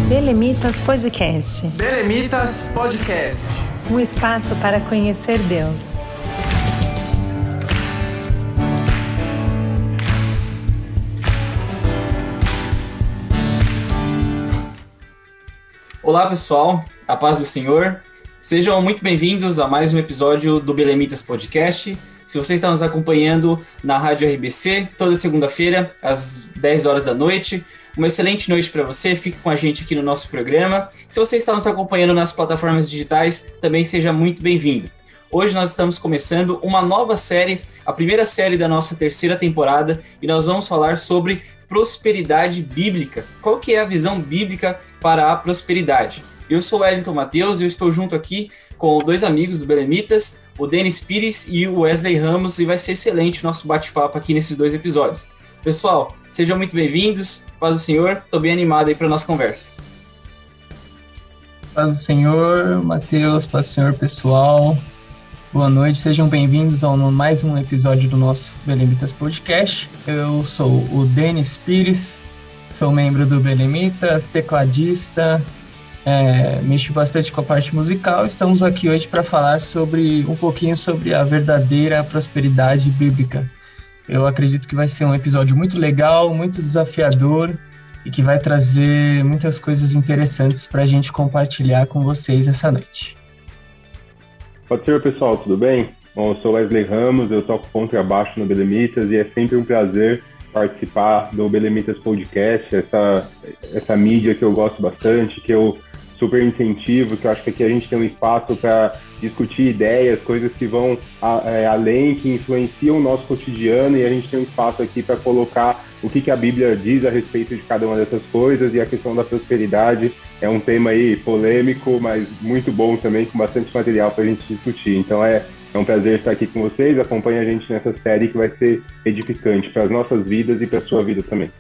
Belemitas Podcast. Belemitas Podcast. Um espaço para conhecer Deus. Olá pessoal, a paz do Senhor. Sejam muito bem-vindos a mais um episódio do Belemitas Podcast. Se você está nos acompanhando na Rádio RBC, toda segunda-feira, às 10 horas da noite, uma excelente noite para você, fique com a gente aqui no nosso programa. Se você está nos acompanhando nas plataformas digitais, também seja muito bem-vindo. Hoje nós estamos começando uma nova série, a primeira série da nossa terceira temporada, e nós vamos falar sobre prosperidade bíblica. Qual que é a visão bíblica para a prosperidade? Eu sou o Wellington Matheus e eu estou junto aqui com dois amigos do Belemitas, o Denis Pires e o Wesley Ramos, e vai ser excelente o nosso bate-papo aqui nesses dois episódios. Pessoal, sejam muito bem-vindos, paz do Senhor, estou bem animado aí para a nossa conversa. Paz do Senhor, Matheus, paz do Senhor, pessoal. Boa noite, sejam bem-vindos a mais um episódio do nosso Belemitas Podcast. Eu sou o Denis Pires, sou membro do Belemitas, tecladista, mexo bastante com a parte musical. Estamos aqui hoje para falar um pouquinho sobre a verdadeira prosperidade bíblica. Eu acredito que vai ser um episódio muito legal, muito desafiador e que vai trazer muitas coisas interessantes para a gente compartilhar com vocês essa noite. Pode ser, pessoal, tudo bem? Bom, eu sou Wesley Ramos, eu toco contrabaixo no Belemitas e é sempre um prazer participar do Belemitas Podcast, essa mídia que eu gosto bastante, que eu super incentivo, que eu acho que aqui a gente tem um espaço para discutir ideias, coisas que vão além, que influenciam o nosso cotidiano, e a gente tem um espaço aqui para colocar o que a Bíblia diz a respeito de cada uma dessas coisas, e a questão da prosperidade é um tema aí polêmico, mas muito bom também, com bastante material para a gente discutir. Então é um prazer estar aqui com vocês, acompanhe a gente nessa série que vai ser edificante para as nossas vidas e para a sua vida também.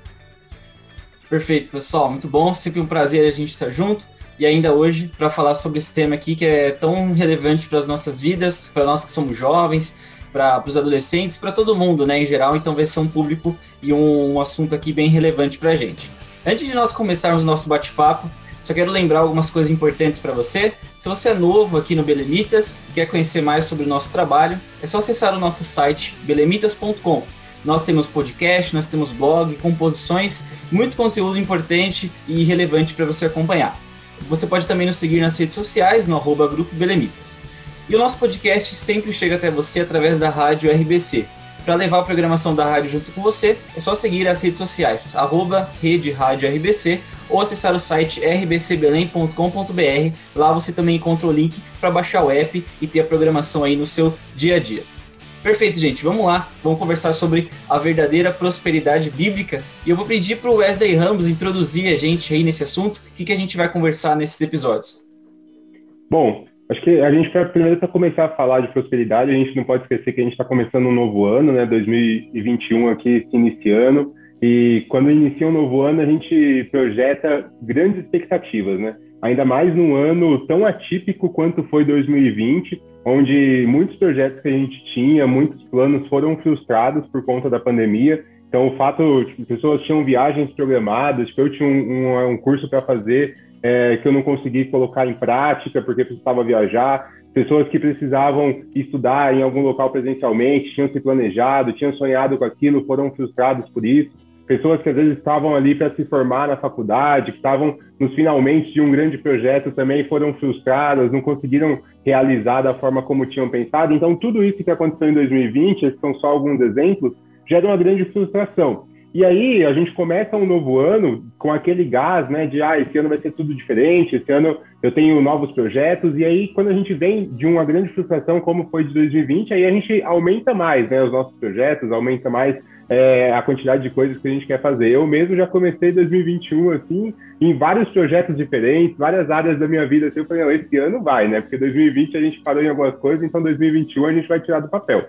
Perfeito, pessoal, muito bom, sempre um prazer a gente estar junto. E ainda hoje, para falar sobre esse tema aqui que é tão relevante para as nossas vidas, para nós que somos jovens, para os adolescentes, para todo mundo, né, em geral. Então vai ser um público e um assunto aqui bem relevante para a gente. Antes de nós começarmos o nosso bate-papo, só quero lembrar algumas coisas importantes para você. Se você é novo aqui no Belemitas e quer conhecer mais sobre o nosso trabalho, é só acessar o nosso site, belemitas.com. Nós temos podcast, nós temos blog, composições, muito conteúdo importante e relevante para você acompanhar. Você pode também nos seguir nas redes sociais, no @Grupo Belemitas. E o nosso podcast sempre chega até você através da Rádio RBC. Para levar a programação da rádio junto com você, é só seguir as redes sociais, @Rede Rádio RBC, ou acessar o site rbcbelém.com.br. Lá você também encontra o link para baixar o app e ter a programação aí no seu dia a dia. Perfeito, gente, vamos lá, vamos conversar sobre a verdadeira prosperidade bíblica, e eu vou pedir para o Wesley Ramos introduzir a gente aí nesse assunto. O que a gente vai conversar nesses episódios? Bom, acho que a gente, primeiro, para começar a falar de prosperidade, a gente não pode esquecer que a gente está começando um novo ano, né, 2021 aqui se iniciando, e quando inicia um novo ano a gente projeta grandes expectativas, né? Ainda mais num ano tão atípico quanto foi 2020, onde muitos projetos que a gente tinha, muitos planos foram frustrados por conta da pandemia. Então, o fato de pessoas tinham viagens programadas, eu tinha um curso para fazer que eu não consegui colocar em prática porque precisava viajar, pessoas que precisavam estudar em algum local presencialmente, tinham se planejado, tinham sonhado com aquilo, foram frustrados por isso. Pessoas que às vezes estavam ali para se formar na faculdade, que estavam nos finalmente de um grande projeto, também foram frustradas, não conseguiram realizar da forma como tinham pensado. Então, tudo isso que aconteceu em 2020, esses são só alguns exemplos, gera uma grande frustração. E aí, a gente começa um novo ano com aquele gás, né, de esse ano vai ser tudo diferente, esse ano eu tenho novos projetos, e aí, quando a gente vem de uma grande frustração como foi de 2020, aí a gente aumenta mais, né, os nossos projetos, aumenta mais a quantidade de coisas que a gente quer fazer. Eu mesmo já comecei 2021, assim, em vários projetos diferentes, várias áreas da minha vida, assim, eu falei, esse ano vai, né, porque 2020 a gente parou em algumas coisas, então 2021 a gente vai tirar do papel.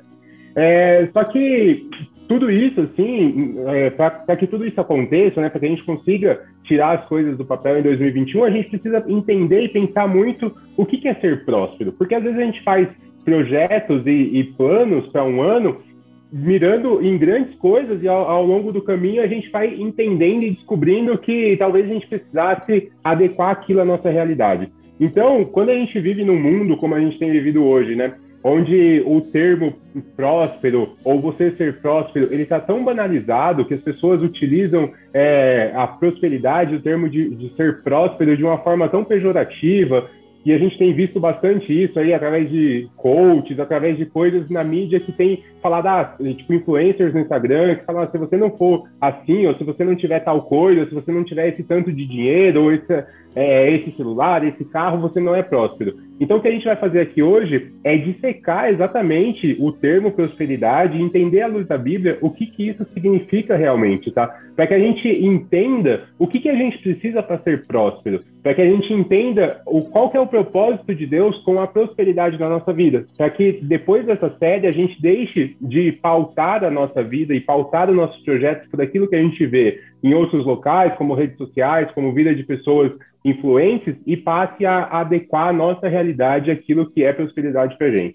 Só que tudo isso, assim, para que tudo isso aconteça, né, para que a gente consiga tirar as coisas do papel em 2021, a gente precisa entender e pensar muito o que é ser próspero, porque às vezes a gente faz projetos e planos para um ano mirando em grandes coisas, e ao longo do caminho a gente vai entendendo e descobrindo que talvez a gente precisasse adequar aquilo à nossa realidade. Então, quando a gente vive num mundo como a gente tem vivido hoje, né, onde o termo próspero, ou você ser próspero, ele está tão banalizado que as pessoas utilizam a prosperidade, o termo de ser próspero, de uma forma tão pejorativa. E a gente tem visto bastante isso aí através de coaches, através de coisas na mídia que tem falado, tipo influencers no Instagram, que falam, se você não for assim, ou se você não tiver tal coisa, ou se você não tiver esse tanto de dinheiro, ou esse celular, esse carro, você não é próspero. Então o que a gente vai fazer aqui hoje é dissecar exatamente o termo prosperidade e entender à luz da Bíblia o que isso significa realmente, tá? Para que a gente entenda o que a gente precisa para ser próspero, para que a gente entenda qual que é o propósito de Deus com a prosperidade da nossa vida, para que depois dessa série a gente deixe de pautar a nossa vida e pautar os nossos projetos por aquilo que a gente vê em outros locais, como redes sociais, como vida de pessoas influentes, e passe a adequar a nossa realidade àquilo que é prosperidade para a gente.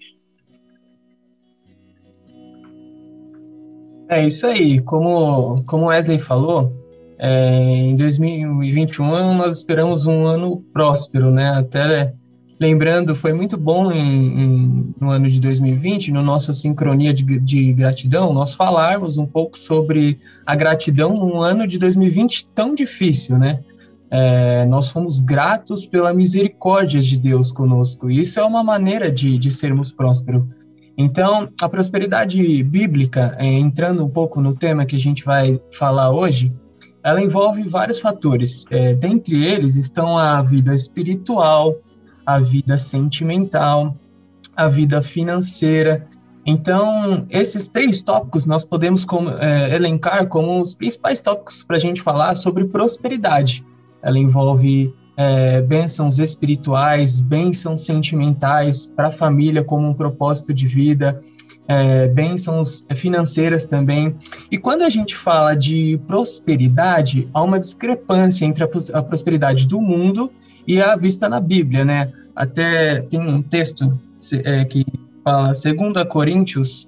É isso aí, como Wesley falou, em 2021 nós esperamos um ano próspero, né? Até lembrando, foi muito bom no ano de 2020, no nosso Sincronia de Gratidão, nós falarmos um pouco sobre a gratidão num ano de 2020 tão difícil, né? Nós fomos gratos pela misericórdia de Deus conosco. Isso é uma maneira de sermos prósperos. Então, a prosperidade bíblica, entrando um pouco no tema que a gente vai falar hoje, ela envolve vários fatores. Dentre eles estão a vida espiritual, a vida sentimental, a vida financeira. Então, esses 3 tópicos nós podemos elencar como os principais tópicos para a gente falar sobre prosperidade. Ela envolve bênçãos espirituais, bênçãos sentimentais para a família como um propósito de vida, bênçãos financeiras também. E quando a gente fala de prosperidade, há uma discrepância entre a prosperidade do mundo e a vista na Bíblia, né? Até tem um texto que fala, 2 Coríntios,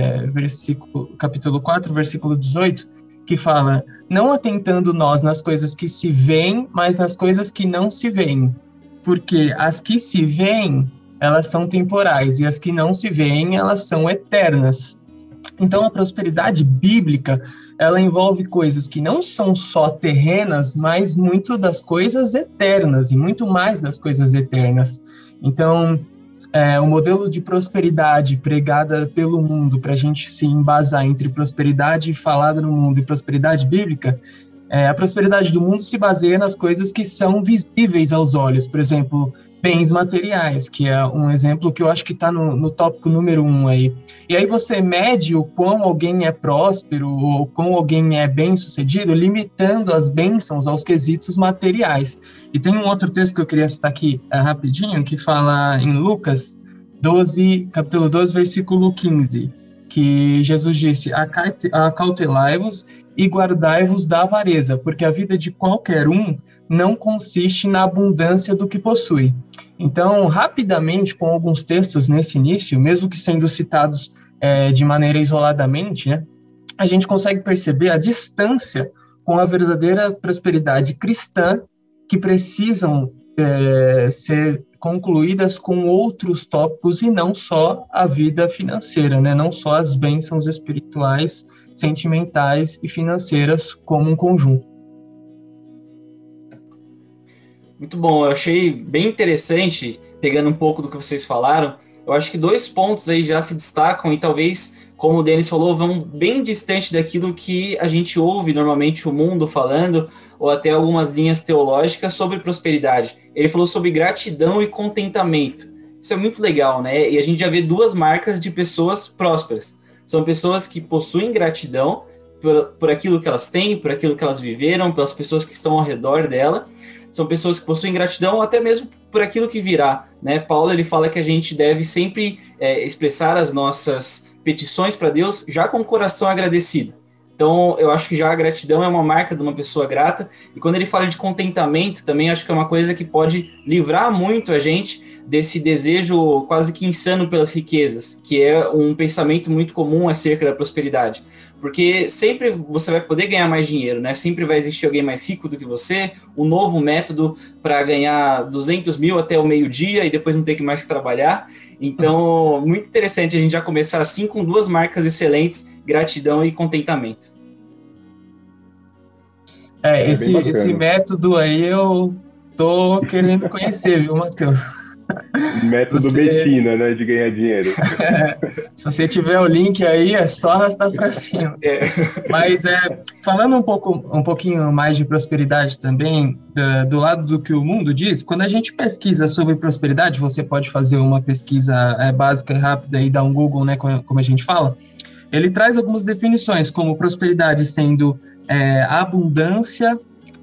capítulo 4, versículo 18, que fala, não atentando nós nas coisas que se veem, mas nas coisas que não se veem. Porque as que se veem, elas são temporais, e as que não se veem, elas são eternas. Então, a prosperidade bíblica, ela envolve coisas que não são só terrenas, mas muito das coisas eternas, e muito mais das coisas eternas. Então, o modelo de prosperidade pregada pelo mundo, para a gente se embasar entre prosperidade falada no mundo e prosperidade bíblica, a prosperidade do mundo se baseia nas coisas que são visíveis aos olhos, por exemplo, bens materiais, que é um exemplo que eu acho que está no tópico número 1 aí. E aí você mede o quão alguém é próspero ou quão alguém é bem-sucedido, limitando as bênçãos aos quesitos materiais. E tem um outro texto que eu queria citar aqui rapidinho, que fala em Lucas 12, capítulo 12, versículo 15, que Jesus disse, acautelai-vos e guardai-vos da avareza, porque a vida de qualquer um não consiste na abundância do que possui. Então, rapidamente, com alguns textos nesse início, mesmo que sendo citados de maneira isoladamente, né, a gente consegue perceber a distância com a verdadeira prosperidade cristã que precisam ser concluídas com outros tópicos e não só a vida financeira, né, não só as bênçãos espirituais, sentimentais e financeiras como um conjunto. Muito bom, eu achei bem interessante, pegando um pouco do que vocês falaram, eu acho que 2 pontos aí já se destacam e talvez, como o Denis falou, vão bem distante daquilo que a gente ouve normalmente o mundo falando, ou até algumas linhas teológicas sobre prosperidade. Ele falou sobre gratidão e contentamento. Isso é muito legal, né? E a gente já vê 2 marcas de pessoas prósperas. São pessoas que possuem gratidão por aquilo que elas têm, por aquilo que elas viveram, pelas pessoas que estão ao redor dela. São pessoas que possuem gratidão até mesmo por aquilo que virá, né? Paulo, ele fala que a gente deve sempre expressar as nossas petições para Deus já com o coração agradecido. Então, eu acho que já a gratidão é uma marca de uma pessoa grata. E quando ele fala de contentamento, também acho que é uma coisa que pode livrar muito a gente desse desejo quase que insano pelas riquezas, que é um pensamento muito comum acerca da prosperidade. Porque sempre você vai poder ganhar mais dinheiro, né? Sempre vai existir alguém mais rico do que você, um novo método para ganhar 200 mil até o meio-dia e depois não ter que mais trabalhar. Então, muito interessante a gente já começar assim com duas marcas excelentes, gratidão e contentamento. Esse método aí eu tô querendo conhecer, viu, Matheus? Método Messina, né, de ganhar dinheiro. Se você tiver o link aí, é só arrastar para cima. Mas falando um pouquinho mais de prosperidade também, do lado do que o mundo diz, quando a gente pesquisa sobre prosperidade, você pode fazer uma pesquisa básica e rápida e dar um Google, né, como a gente fala, ele traz algumas definições, como prosperidade sendo abundância,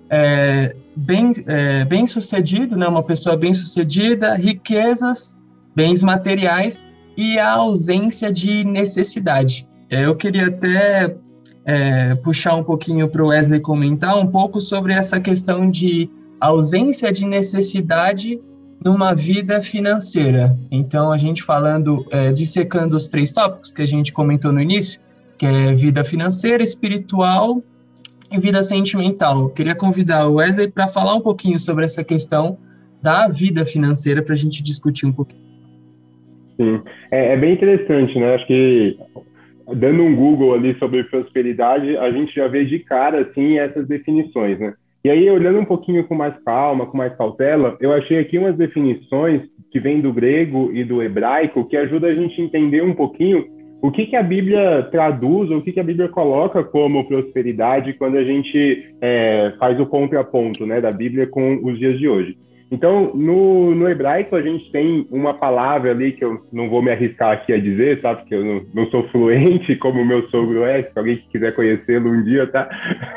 bem-sucedido, né? Uma pessoa bem-sucedida, riquezas, bens materiais e a ausência de necessidade. Eu queria até puxar um pouquinho para o Wesley comentar um pouco sobre essa questão de ausência de necessidade numa vida financeira. Então, a gente falando, dissecando os 3 tópicos que a gente comentou no início, que é vida financeira, espiritual e vida sentimental. Eu queria convidar o Wesley para falar um pouquinho sobre essa questão da vida financeira para a gente discutir um pouquinho. Sim, é bem interessante, né? Acho que dando um Google ali sobre prosperidade, a gente já vê de cara, assim, essas definições, né? E aí, olhando um pouquinho com mais calma, com mais cautela, eu achei aqui umas definições que vêm do grego e do hebraico que ajudam a gente a entender um pouquinho o que a Bíblia traduz, ou o que a Bíblia coloca como prosperidade quando a gente faz o contraponto, né, da Bíblia com os dias de hoje. Então, no hebraico, a gente tem uma palavra ali que eu não vou me arriscar aqui a dizer, tá? Porque eu não sou fluente como o meu sogro é, se alguém quiser conhecê-lo um dia, tá?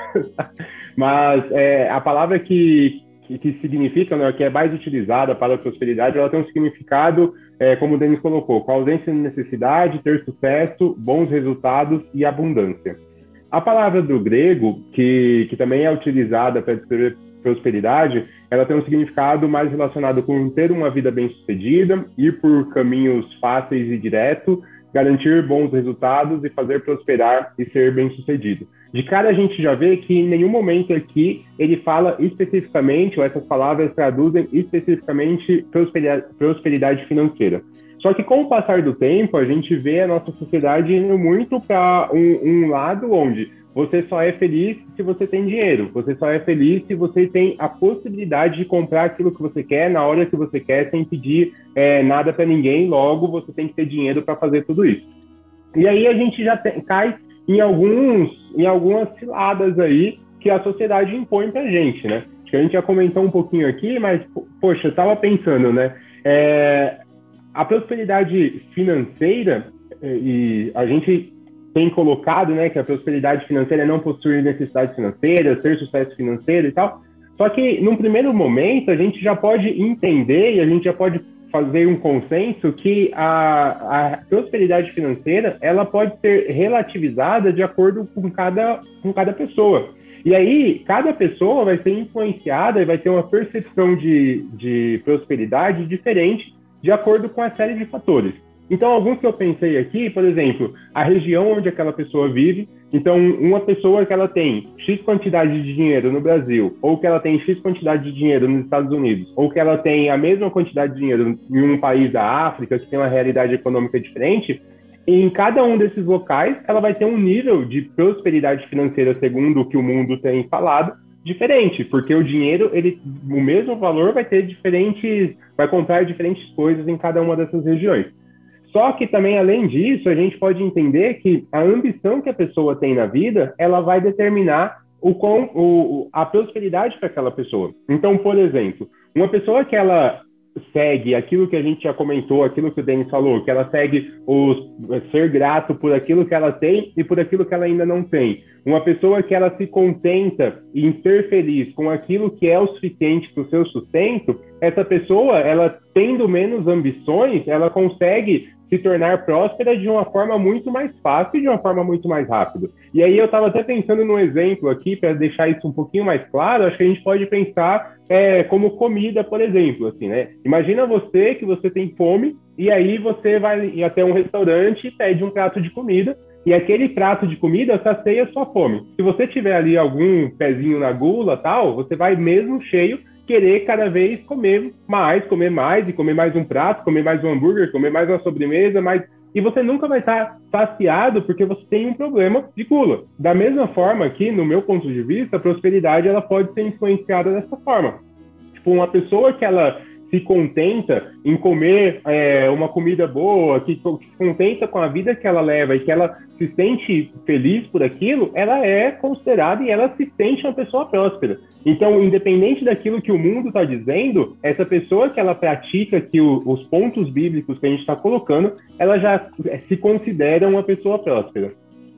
Mas a palavra que significa, né, que é mais utilizada para a prosperidade, ela tem um significado, como o Denis colocou, com ausência de necessidade, ter sucesso, bons resultados e abundância. A palavra do grego, que também é utilizada para descrever prosperidade, ela tem um significado mais relacionado com ter uma vida bem-sucedida, ir por caminhos fáceis e diretos, garantir bons resultados e fazer prosperar e ser bem-sucedido. De cara, a gente já vê que em nenhum momento aqui ele fala especificamente, ou essas palavras traduzem especificamente prosperidade financeira. Só que com o passar do tempo, a gente vê a nossa sociedade indo muito para um lado onde você só é feliz se você tem dinheiro, você só é feliz se você tem a possibilidade de comprar aquilo que você quer, na hora que você quer, sem pedir nada para ninguém, logo você tem que ter dinheiro para fazer tudo isso. E aí a gente já cai em algumas ciladas aí que a sociedade impõe pra gente, né? Acho que a gente já comentou um pouquinho aqui, mas, poxa, eu tava pensando, né? A prosperidade financeira, e a gente tem colocado, né, que a prosperidade financeira é não possuir necessidades financeiras, ter sucesso financeiro e tal. Só que, num primeiro momento, a gente já pode entender e a gente já pode fazer um consenso que a prosperidade financeira ela pode ser relativizada de acordo com cada pessoa. E aí, cada pessoa vai ser influenciada e vai ter uma percepção de prosperidade diferente de acordo com a série de fatores. Então, alguns que eu pensei aqui, por exemplo, a região onde aquela pessoa vive. Então, uma pessoa que ela tem X quantidade de dinheiro no Brasil, ou que ela tem X quantidade de dinheiro nos Estados Unidos, ou que ela tem a mesma quantidade de dinheiro em um país da África, que tem uma realidade econômica diferente, em cada um desses locais, ela vai ter um nível de prosperidade financeira, segundo o que o mundo tem falado, diferente, porque o dinheiro, o mesmo valor vai comprar diferentes coisas em cada uma dessas regiões. Só que também, além disso, a gente pode entender que a ambição que a pessoa tem na vida, ela vai determinar a prosperidade para aquela pessoa. Então, por exemplo, uma pessoa que ela segue aquilo que a gente já comentou, aquilo que o Denis falou, que ela segue ser grato por aquilo que ela tem e por aquilo que ela ainda não tem. Uma pessoa que ela se contenta em ser feliz com aquilo que é o suficiente para o seu sustento, essa pessoa, ela tendo menos ambições, ela consegue se tornar próspera de uma forma muito mais fácil e de uma forma muito mais rápida. E aí eu estava até pensando num exemplo aqui, para deixar isso um pouquinho mais claro, acho que a gente pode pensar como comida, por exemplo, assim, né? Imagina você que você tem fome, e aí você vai ir até um restaurante e pede um prato de comida, e aquele prato de comida sacia a sua fome. Se você tiver ali algum pezinho na gula, tal, você vai mesmo cheio querer cada vez comer mais, e comer mais um prato, comer mais um hambúrguer, comer mais uma sobremesa, e você nunca vai estar saciado porque você tem um problema de gula. Da mesma forma que, no meu ponto de vista, a prosperidade ela pode ser influenciada dessa forma. Tipo, uma pessoa que ela se contenta em comer uma comida boa, que se contenta com a vida que ela leva e que ela se sente feliz por aquilo, ela é considerada e ela se sente uma pessoa próspera. Então, independente daquilo que o mundo está dizendo, essa pessoa que ela pratica que os pontos bíblicos que a gente está colocando, ela já se considera uma pessoa próspera.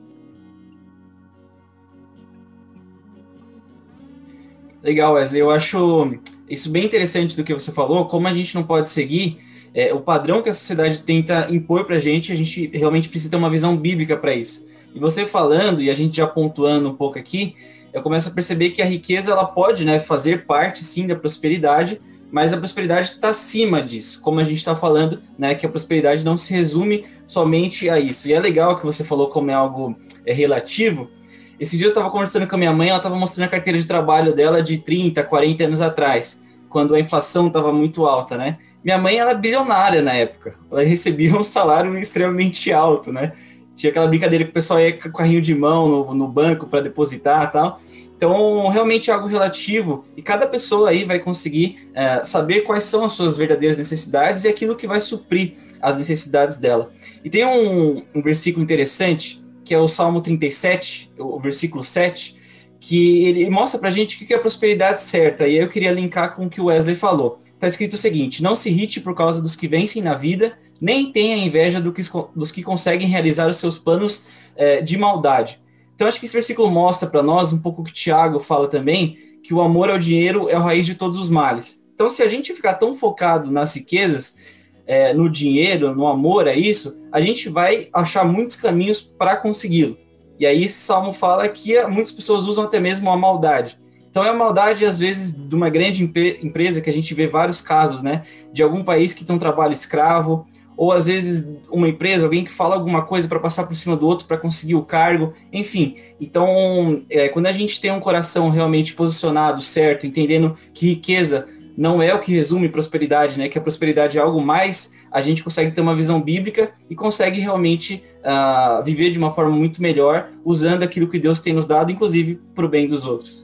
Legal, Wesley. Eu acho isso bem interessante do que você falou, como a gente não pode seguir o padrão que a sociedade tenta impor para a gente realmente precisa ter uma visão bíblica para isso. E você falando, e a gente já pontuando um pouco aqui, eu começo a perceber que a riqueza ela pode, né, fazer parte, sim, da prosperidade, mas a prosperidade está acima disso, como a gente está falando, né, que a prosperidade não se resume somente a isso. E é legal que você falou como é algo relativo. Esses dias eu estava conversando com a minha mãe, ela estava mostrando a carteira de trabalho dela de 30, 40 anos atrás, quando a inflação estava muito alta, né? Minha mãe, ela é bilionária na época, ela recebia um salário extremamente alto, né? Tinha aquela brincadeira que o pessoal ia com o carrinho de mão no banco para depositar e tal. Então, realmente é algo relativo, e cada pessoa aí vai conseguir saber quais são as suas verdadeiras necessidades e aquilo que vai suprir as necessidades dela. E tem um versículo interessante, que é o Salmo 37, o versículo 7, que ele mostra pra gente o que é a prosperidade certa, e aí eu queria linkar com o que o Wesley falou. Está escrito o seguinte: não se irrite por causa dos que vencem na vida, nem tenha inveja dos que conseguem realizar os seus planos de maldade. Então acho que esse versículo mostra para nós um pouco o que Tiago fala também, que o amor ao dinheiro é a raiz de todos os males. Então se a gente ficar tão focado nas riquezas, no dinheiro, no amor a isso, a gente vai achar muitos caminhos para consegui-lo. E aí esse salmo fala que muitas pessoas usam até mesmo a maldade. Então é a maldade, às vezes, de uma grande empresa, que a gente vê vários casos, né? De algum país que tem um trabalho escravo, ou às vezes uma empresa, alguém que fala alguma coisa para passar por cima do outro, para conseguir o cargo, enfim. Então, quando a gente tem um coração realmente posicionado, certo, entendendo que riqueza não é o que resume prosperidade, né? Que a prosperidade é algo mais, a gente consegue ter uma visão bíblica e consegue realmente viver de uma forma muito melhor, usando aquilo que Deus tem nos dado, inclusive para o bem dos outros.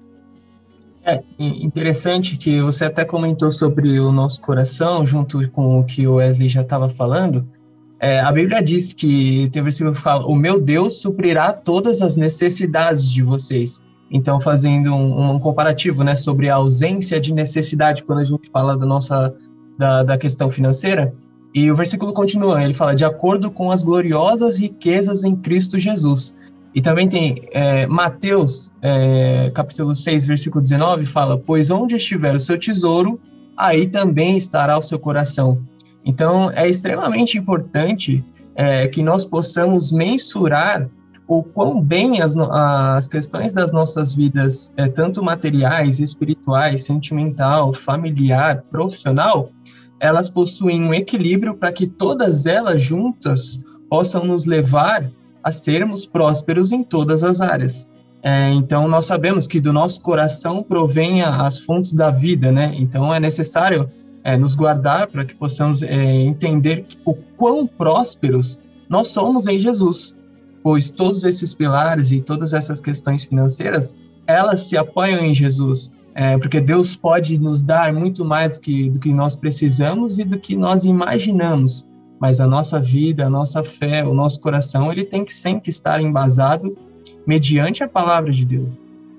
Interessante que você até comentou sobre o nosso coração, junto com o que o Wesley já estava falando. A Bíblia diz que, tem um versículo que fala: o meu Deus suprirá todas as necessidades de vocês. Então, fazendo um comparativo, né, sobre a ausência de necessidade quando a gente fala da questão financeira. E o versículo continua, ele fala: de acordo com as gloriosas riquezas em Cristo Jesus. E também tem Mateus, capítulo 6, versículo 19, fala: pois onde estiver o seu tesouro, aí também estará o seu coração. Então, é extremamente importante que nós possamos mensurar o quão bem as questões das nossas vidas, tanto materiais, espirituais, sentimental, familiar, profissional, elas possuem um equilíbrio para que todas elas juntas possam nos levar a sermos prósperos em todas as áreas. Então, nós sabemos que do nosso coração provém as fontes da vida, né? Então, é necessário nos guardar para que possamos entender o quão prósperos nós somos em Jesus, pois todos esses pilares e todas essas questões financeiras, elas se apoiam em Jesus, porque Deus pode nos dar muito mais do que nós precisamos e do que nós imaginamos, mas a nossa vida, a nossa fé, o nosso coração, ele tem que sempre estar embasado mediante a palavra de Deus.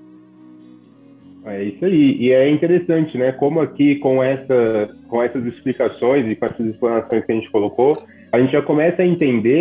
É isso aí, e é interessante, né, como aqui com essas explicações e com essas explanações que a gente colocou, a gente já começa a entender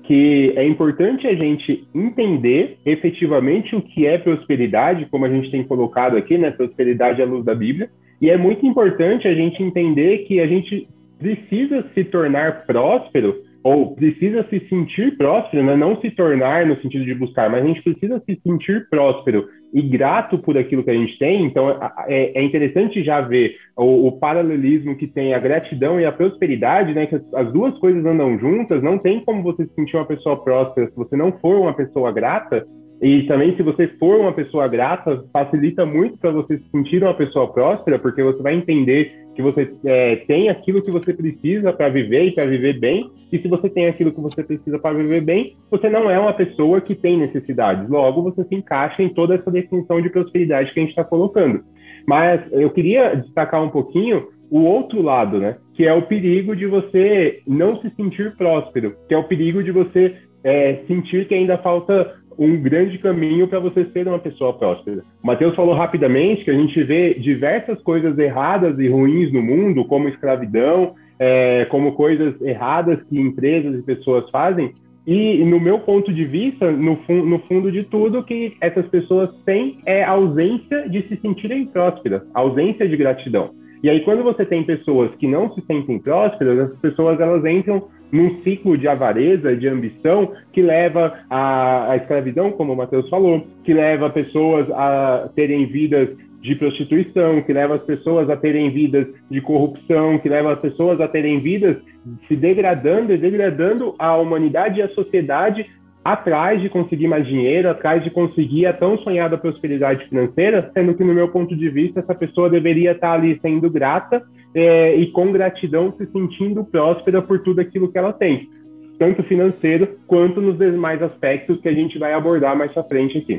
que é importante a gente entender efetivamente o que é prosperidade, como a gente tem colocado aqui, né? Prosperidade à luz da Bíblia. E é muito importante a gente entender que a gente precisa se tornar próspero, ou precisa se sentir próspero, né? Não se tornar no sentido de buscar, mas a gente precisa se sentir próspero e grato por aquilo que a gente tem. Então, é interessante já ver o paralelismo que tem a gratidão e a prosperidade, né? Que as duas coisas andam juntas. Não tem como você se sentir uma pessoa próspera se você não for uma pessoa grata. E também, se você for uma pessoa grata, facilita muito para você se sentir uma pessoa próspera, porque você vai entender que você tem aquilo que você precisa para viver e para viver bem. E se você tem aquilo que você precisa para viver bem, você não é uma pessoa que tem necessidades. Logo, você se encaixa em toda essa definição de prosperidade que a gente está colocando. Mas eu queria destacar um pouquinho o outro lado, né? Que é o perigo de você não se sentir próspero, que é o perigo de você sentir que ainda falta um grande caminho para você ser uma pessoa próspera. O Matheus falou rapidamente que a gente vê diversas coisas erradas e ruins no mundo, como escravidão, como coisas erradas que empresas e pessoas fazem, e no meu ponto de vista, no fundo de tudo, que essas pessoas têm é a ausência de se sentirem prósperas, a ausência de gratidão. E aí, quando você tem pessoas que não se sentem prósperas, essas pessoas elas entram num ciclo de avareza, de ambição, que leva à escravidão, como o Matheus falou, que leva pessoas a terem vidas de prostituição, que leva as pessoas a terem vidas de corrupção, que leva as pessoas a terem vidas se degradando e degradando a humanidade e a sociedade atrás de conseguir mais dinheiro, atrás de conseguir a tão sonhada prosperidade financeira, sendo que, no meu ponto de vista, essa pessoa deveria estar ali sendo grata e com gratidão se sentindo próspera por tudo aquilo que ela tem, tanto financeiro quanto nos demais aspectos que a gente vai abordar mais pra frente aqui.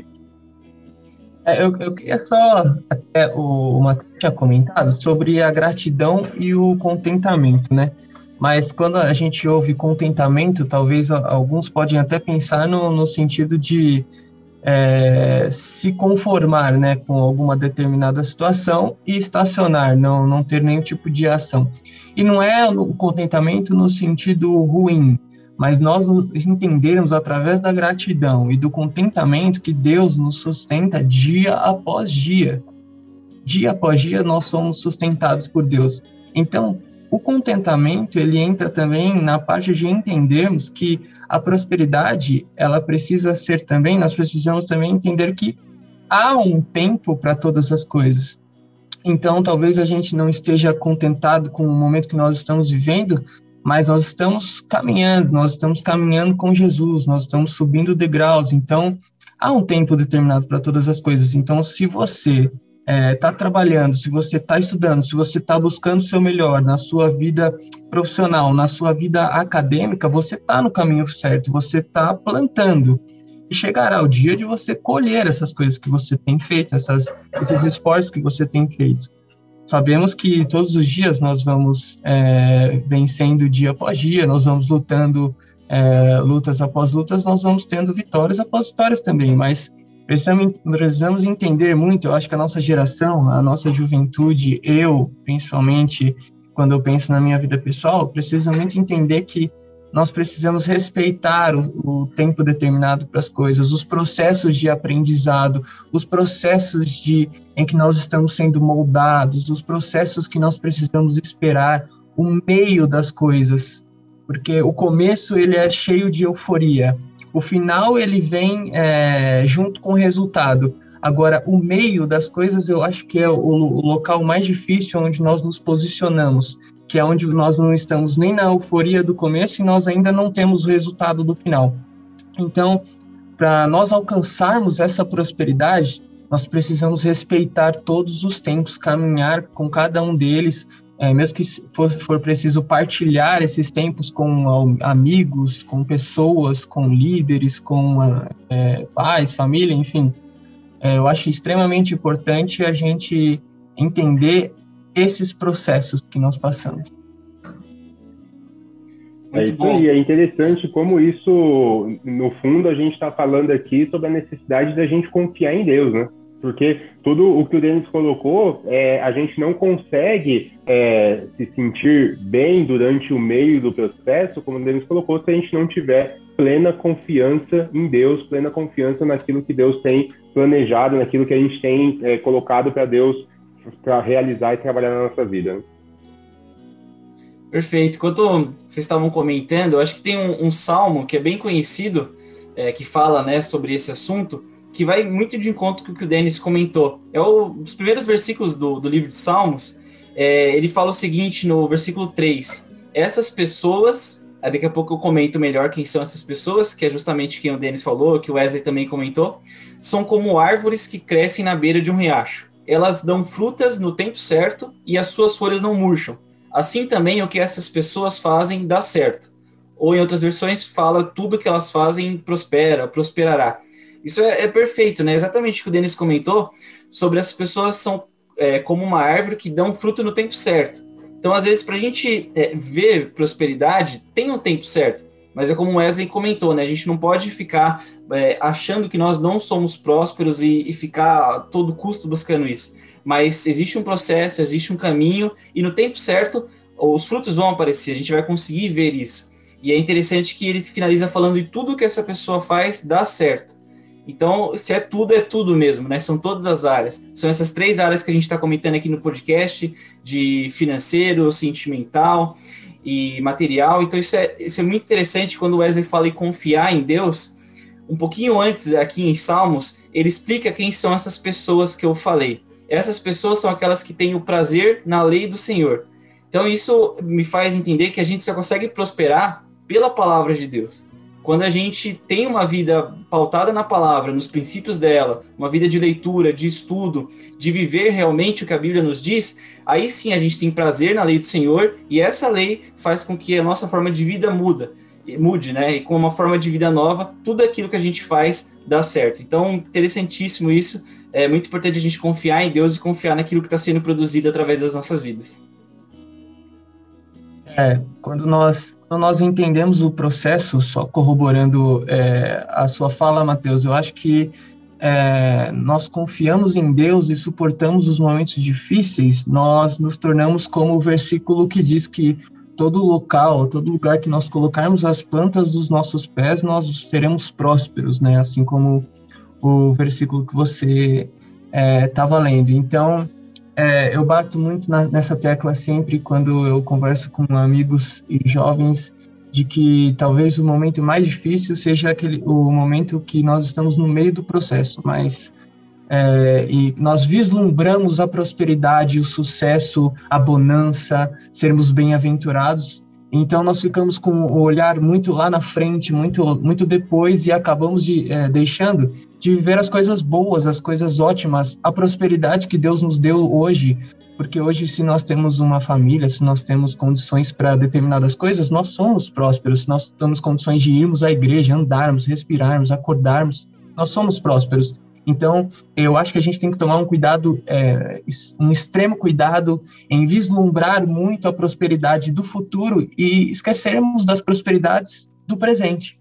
Eu queria só, até o Matheus tinha comentado, sobre a gratidão e o contentamento, né? Mas quando a gente ouve contentamento, talvez alguns podem até pensar no sentido de se conformar, né, com alguma determinada situação e estacionar, não ter nenhum tipo de ação. E não é o contentamento no sentido ruim, mas nós entendermos através da gratidão e do contentamento que Deus nos sustenta dia após dia. Dia após dia nós somos sustentados por Deus. Então, o contentamento, ele entra também na parte de entendermos que a prosperidade, ela precisa ser também, nós precisamos também entender que há um tempo para todas as coisas. Então, talvez a gente não esteja contentado com o momento que nós estamos vivendo, mas nós estamos caminhando com Jesus, nós estamos subindo degraus. Então, há um tempo determinado para todas as coisas. Então, se você está trabalhando, se você está estudando, se você está buscando o seu melhor na sua vida profissional, na sua vida acadêmica, você está no caminho certo, você está plantando. E chegará o dia de você colher essas coisas que você tem feito, esses esforços que você tem feito. Sabemos que todos os dias nós vamos vencendo dia após dia, nós vamos lutando lutas após lutas, nós vamos tendo vitórias após vitórias também, mas precisamos entender muito. Eu acho que a nossa geração, a nossa juventude, eu, principalmente, quando eu penso na minha vida pessoal, preciso muito entender que nós precisamos respeitar o tempo determinado para as coisas, os processos de aprendizado, os processos em que nós estamos sendo moldados, os processos que nós precisamos esperar, o meio das coisas, porque o começo ele é cheio de euforia, o final ele vem junto com o resultado. Agora, o meio das coisas eu acho que é o local mais difícil onde nós nos posicionamos, que é onde nós não estamos nem na euforia do começo e nós ainda não temos o resultado do final. Então, para nós alcançarmos essa prosperidade, nós precisamos respeitar todos os tempos, caminhar com cada um deles, mesmo que for preciso partilhar esses tempos com amigos, com pessoas, com líderes, com pais, família, enfim. Eu acho extremamente importante a gente entender esses processos que nós passamos. É interessante como isso, no fundo, a gente está falando aqui sobre a necessidade da gente confiar em Deus, né? Porque tudo o que o Denis colocou, a gente não consegue se sentir bem durante o meio do processo, como o Denis colocou, se a gente não tiver plena confiança em Deus, plena confiança naquilo que Deus tem planejado, naquilo que a gente tem colocado para Deus para realizar e trabalhar na nossa vida. Perfeito. Enquanto vocês estavam comentando, eu acho que tem um salmo que é bem conhecido, que fala, né, sobre esse assunto, que vai muito de encontro com o que o Denis comentou. É um dos primeiros versículos do livro de Salmos. Ele fala o seguinte no versículo 3: essas pessoas, daqui a pouco eu comento melhor quem são essas pessoas, que é justamente quem o Denis falou, que o Wesley também comentou, são como árvores que crescem na beira de um riacho. Elas dão frutas no tempo certo e as suas folhas não murcham. Assim também o que essas pessoas fazem dá certo. Ou em outras versões fala tudo que elas fazem prosperará. Isso é perfeito, né? Exatamente o que o Denis comentou sobre as pessoas são como uma árvore que dão fruto no tempo certo. Então, às vezes, para a gente ver prosperidade, tem um tempo certo. Mas é como o Wesley comentou, né? A gente não pode ficar achando que nós não somos prósperos e ficar a todo custo buscando isso. Mas existe um processo, existe um caminho, e no tempo certo, os frutos vão aparecer, a gente vai conseguir ver isso. E é interessante que ele finaliza falando de tudo que essa pessoa faz dá certo. Então, se é tudo mesmo, né? São todas as áreas. São essas 3 áreas que a gente está comentando aqui no podcast, de financeiro, sentimental e material. Então, isso é muito interessante quando o Wesley fala em confiar em Deus. Um pouquinho antes, aqui em Salmos, ele explica quem são essas pessoas que eu falei. Essas pessoas são aquelas que têm o prazer na lei do Senhor. Então, isso me faz entender que a gente só consegue prosperar pela palavra de Deus. Quando a gente tem uma vida pautada na palavra, nos princípios dela, uma vida de leitura, de estudo, de viver realmente o que a Bíblia nos diz, aí sim a gente tem prazer na lei do Senhor, e essa lei faz com que a nossa forma de vida mude, né? E com uma forma de vida nova, tudo aquilo que a gente faz dá certo. Então, interessantíssimo isso. É muito importante a gente confiar em Deus e confiar naquilo que está sendo produzido através das nossas vidas. Quando nós entendemos o processo, só corroborando a sua fala, Mateus, eu acho que nós confiamos em Deus e suportamos os momentos difíceis, nós nos tornamos como o versículo que diz que todo lugar que nós colocarmos as plantas dos nossos pés, nós seremos prósperos, né? Assim como o versículo que você estava lendo. Então, eu bato muito nessa tecla sempre quando eu converso com amigos e jovens, de que talvez o momento mais difícil seja o momento que nós estamos no meio do processo, mas e nós vislumbramos a prosperidade, o sucesso, a bonança, sermos bem-aventurados. Então nós ficamos com o olhar muito lá na frente, muito depois, e acabamos deixando de viver as coisas boas, as coisas ótimas, a prosperidade que Deus nos deu hoje. Porque hoje, se nós temos uma família, se nós temos condições para determinadas coisas, nós somos prósperos. Se nós temos condições de irmos à igreja, andarmos, respirarmos, acordarmos, nós somos prósperos. Então, eu acho que a gente tem que tomar um cuidado, um extremo cuidado em vislumbrar muito a prosperidade do futuro e esquecermos das prosperidades do presente.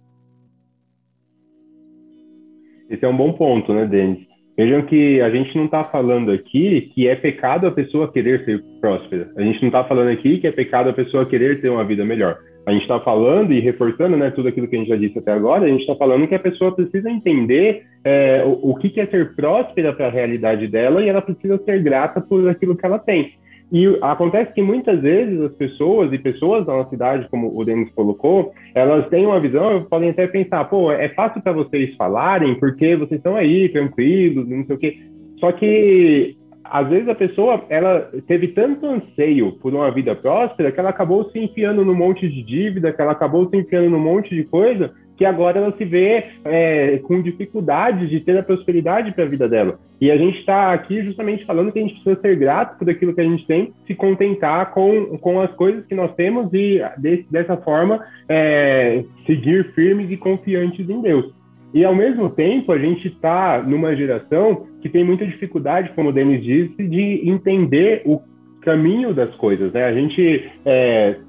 Esse é um bom ponto, né, Denis? Vejam que a gente não está falando aqui que é pecado a pessoa querer ser próspera. A gente não está falando aqui que é pecado a pessoa querer ter uma vida melhor. A gente está falando e reforçando, né, tudo aquilo que a gente já disse até agora, a gente está falando que a pessoa precisa entender o que é ser próspera para a realidade dela, e ela precisa ser grata por aquilo que ela tem. E acontece que muitas vezes as pessoas da nossa cidade, como o Denis colocou, elas têm uma visão, podem até pensar, pô, é fácil para vocês falarem porque vocês estão aí tranquilos, não sei o quê. Só que às vezes a pessoa, ela teve tanto anseio por uma vida próspera que ela acabou se enfiando num monte de dívida, que ela acabou se enfiando num monte de coisa, que agora ela se vê com dificuldade de ter a prosperidade para a vida dela. E a gente está aqui justamente falando que a gente precisa ser grato por aquilo que a gente tem, se contentar com as coisas que nós temos e, dessa forma, seguir firmes e confiantes em Deus. E, ao mesmo tempo, a gente está numa geração que tem muita dificuldade, como o Denis disse, de entender o caminho das coisas, né? A gente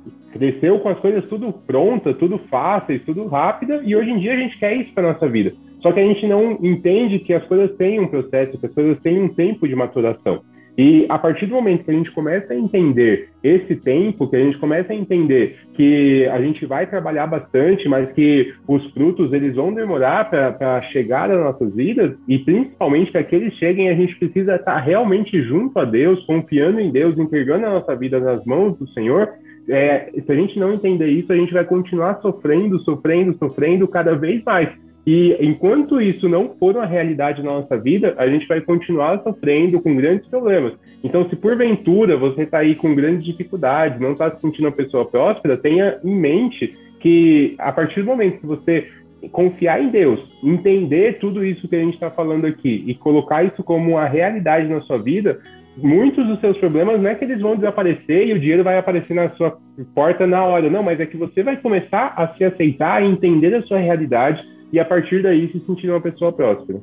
cresceu com as coisas tudo prontas, tudo fáceis, tudo rápida, e hoje em dia a gente quer isso para a nossa vida. Só que a gente não entende que as coisas têm um processo, que as coisas têm um tempo de maturação. E a partir do momento que a gente começa a entender esse tempo, que a gente começa a entender que a gente vai trabalhar bastante, mas que os frutos eles vão demorar para chegar às nossas vidas, e principalmente para que eles cheguem, a gente precisa estar realmente junto a Deus, confiando em Deus, entregando a nossa vida nas mãos do Senhor. Se a gente não entender isso, a gente vai continuar sofrendo cada vez mais. E enquanto isso não for uma realidade na nossa vida, a gente vai continuar sofrendo com grandes problemas. Então, se porventura você está aí com grandes dificuldades, não está se sentindo uma pessoa próspera, tenha em mente que a partir do momento que você confiar em Deus, entender tudo isso que a gente está falando aqui e colocar isso como uma realidade na sua vida, muitos dos seus problemas não é que eles vão desaparecer e o dinheiro vai aparecer na sua porta na hora, não, mas é que você vai começar a se aceitar, a entender a sua realidade e a partir daí se sentir uma pessoa próspera.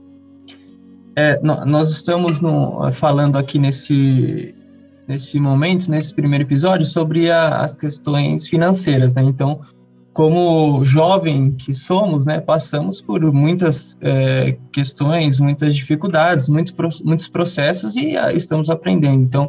Nós estamos falando aqui nesse momento, nesse primeiro episódio, sobre as questões financeiras, né? Então, como jovem que somos, né, passamos por muitas questões, muitas dificuldades, muitos processos e estamos aprendendo. Então,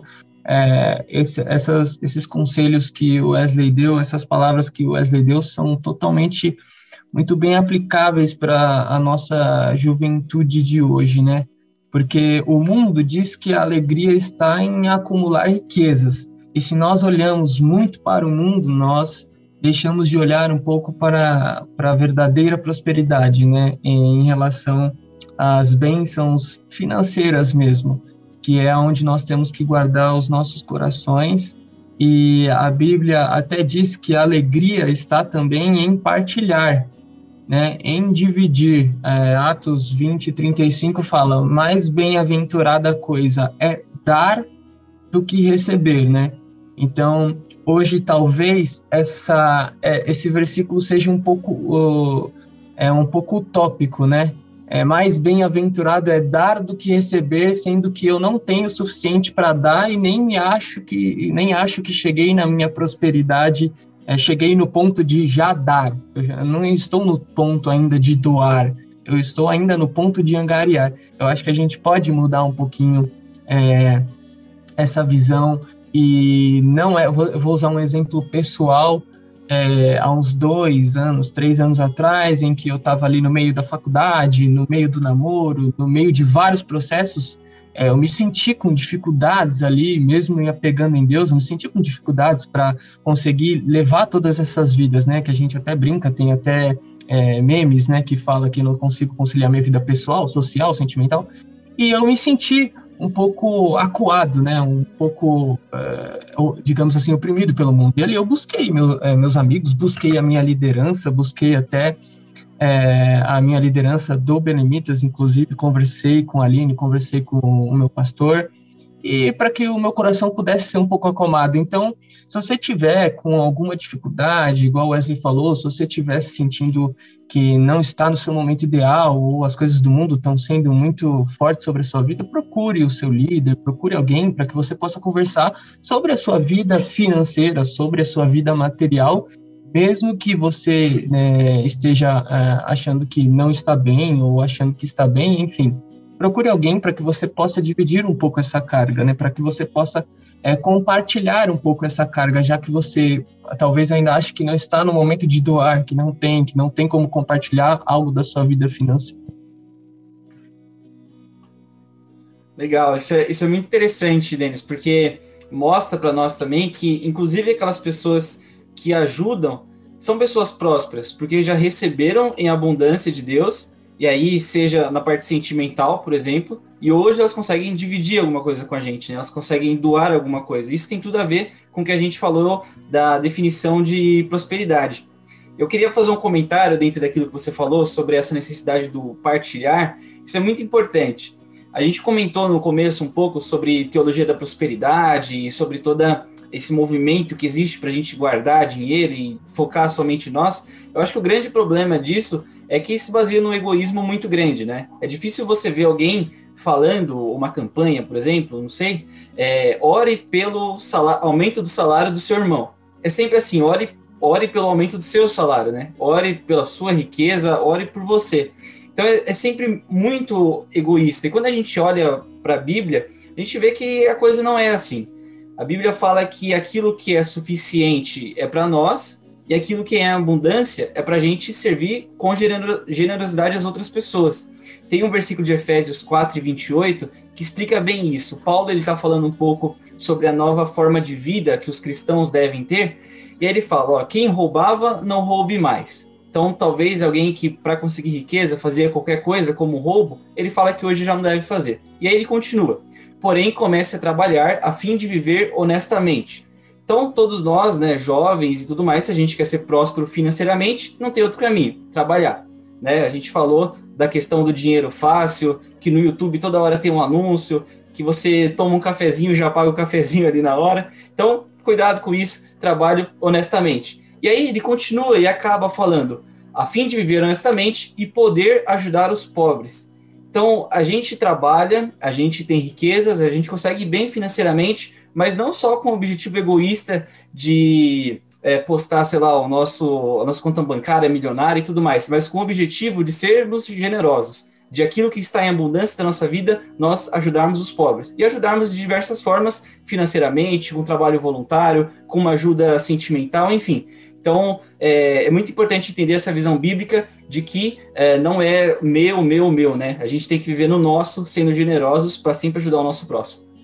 esses conselhos que o Wesley deu, essas palavras que o Wesley deu são totalmente muito bem aplicáveis para a nossa juventude de hoje, né? Porque o mundo diz que a alegria está em acumular riquezas. E se nós olhamos muito para o mundo, nós deixamos de olhar um pouco para a verdadeira prosperidade, né? Em relação às bênçãos financeiras mesmo, que é onde nós temos que guardar os nossos corações. E a Bíblia até diz que a alegria está também em partilhar, né, em dividir. Atos 20:35 fala: mais bem-aventurada coisa é dar do que receber, né? Então, hoje talvez esse versículo seja um pouco utópico, né? Mais bem-aventurado é dar do que receber, sendo que eu não tenho o suficiente para dar e nem acho que cheguei na minha prosperidade. Cheguei no ponto de já dar, eu não estou no ponto ainda de doar, eu estou ainda no ponto de angariar. Eu acho que a gente pode mudar um pouquinho essa visão, e eu vou usar um exemplo pessoal. Há uns 3 anos atrás, em que eu estava ali no meio da faculdade, no meio do namoro, no meio de vários processos, eu me senti com dificuldades ali, mesmo me apegando em Deus, eu me senti com dificuldades para conseguir levar todas essas vidas, né, que a gente até brinca, tem até memes, né, que fala que não consigo conciliar minha vida pessoal, social, sentimental, e eu me senti um pouco acuado, né, um pouco, digamos assim, oprimido pelo mundo. E ali eu busquei meus amigos, busquei a minha liderança, busquei até a minha liderança do Belemitas, inclusive conversei com a Aline, conversei com o meu pastor, e para que o meu coração pudesse ser um pouco acalmado. Então, se você tiver com alguma dificuldade, igual o Wesley falou, se você estiver se sentindo que não está no seu momento ideal, ou as coisas do mundo estão sendo muito fortes sobre a sua vida, procure o seu líder, procure alguém para que você possa conversar sobre a sua vida financeira, sobre a sua vida material, mesmo que você, né, esteja achando que não está bem, ou achando que está bem, enfim. Procure alguém para que você possa dividir um pouco essa carga, né? Para que você possa compartilhar um pouco essa carga, já que você talvez ainda ache que não está no momento de doar, que não tem como compartilhar algo da sua vida financeira. Legal, isso é muito interessante, Denis, porque mostra para nós também que, inclusive, aquelas pessoas que ajudam são pessoas prósperas, porque já receberam em abundância de Deus, e aí seja na parte sentimental, por exemplo, e hoje elas conseguem dividir alguma coisa com a gente, né? Elas conseguem doar alguma coisa. Isso tem tudo a ver com o que a gente falou da definição de prosperidade. Eu queria fazer um comentário dentro daquilo que você falou sobre essa necessidade do partilhar. Isso é muito importante. A gente comentou no começo um pouco sobre teologia da prosperidade e sobre todo esse movimento que existe para a gente guardar dinheiro e focar somente em nós. Eu acho que o grande problema disso é que se baseia num egoísmo muito grande, né? É difícil você ver alguém falando, uma campanha, por exemplo, não sei, ore pelo aumento do salário do seu irmão. É sempre assim, ore pelo aumento do seu salário, né? Ore pela sua riqueza, ore por você. Então é sempre muito egoísta. E quando a gente olha para a Bíblia, a gente vê que a coisa não é assim. A Bíblia fala que aquilo que é suficiente é para nós e aquilo que é abundância é para a gente servir com generosidade às outras pessoas. Tem um versículo de Efésios 4:28 que explica bem isso. Paulo está falando um pouco sobre a nova forma de vida que os cristãos devem ter, e aí ele fala, quem roubava, não roube mais. Então, talvez alguém que, para conseguir riqueza, fazia qualquer coisa como roubo, ele fala que hoje já não deve fazer. E aí ele continua, porém, comece a trabalhar a fim de viver honestamente. Então, todos nós, né, jovens e tudo mais, se a gente quer ser próspero financeiramente, não tem outro caminho, trabalhar. Né? A gente falou da questão do dinheiro fácil, que no YouTube toda hora tem um anúncio, que você toma um cafezinho e já paga o cafezinho ali na hora. Então, cuidado com isso, trabalhe honestamente. E aí ele continua e acaba falando, a fim de viver honestamente e poder ajudar os pobres. Então, a gente trabalha, a gente tem riquezas, a gente consegue ir bem financeiramente, mas não só com o objetivo egoísta de postar, sei lá, a nossa conta bancária milionária e tudo mais, mas com o objetivo de sermos generosos, de aquilo que está em abundância da nossa vida, nós ajudarmos os pobres. E ajudarmos de diversas formas, financeiramente, com um trabalho voluntário, com uma ajuda sentimental, enfim. Então, é muito importante entender essa visão bíblica de que não é meu, né? A gente tem que viver no nosso, sendo generosos, para sempre ajudar o nosso próximo.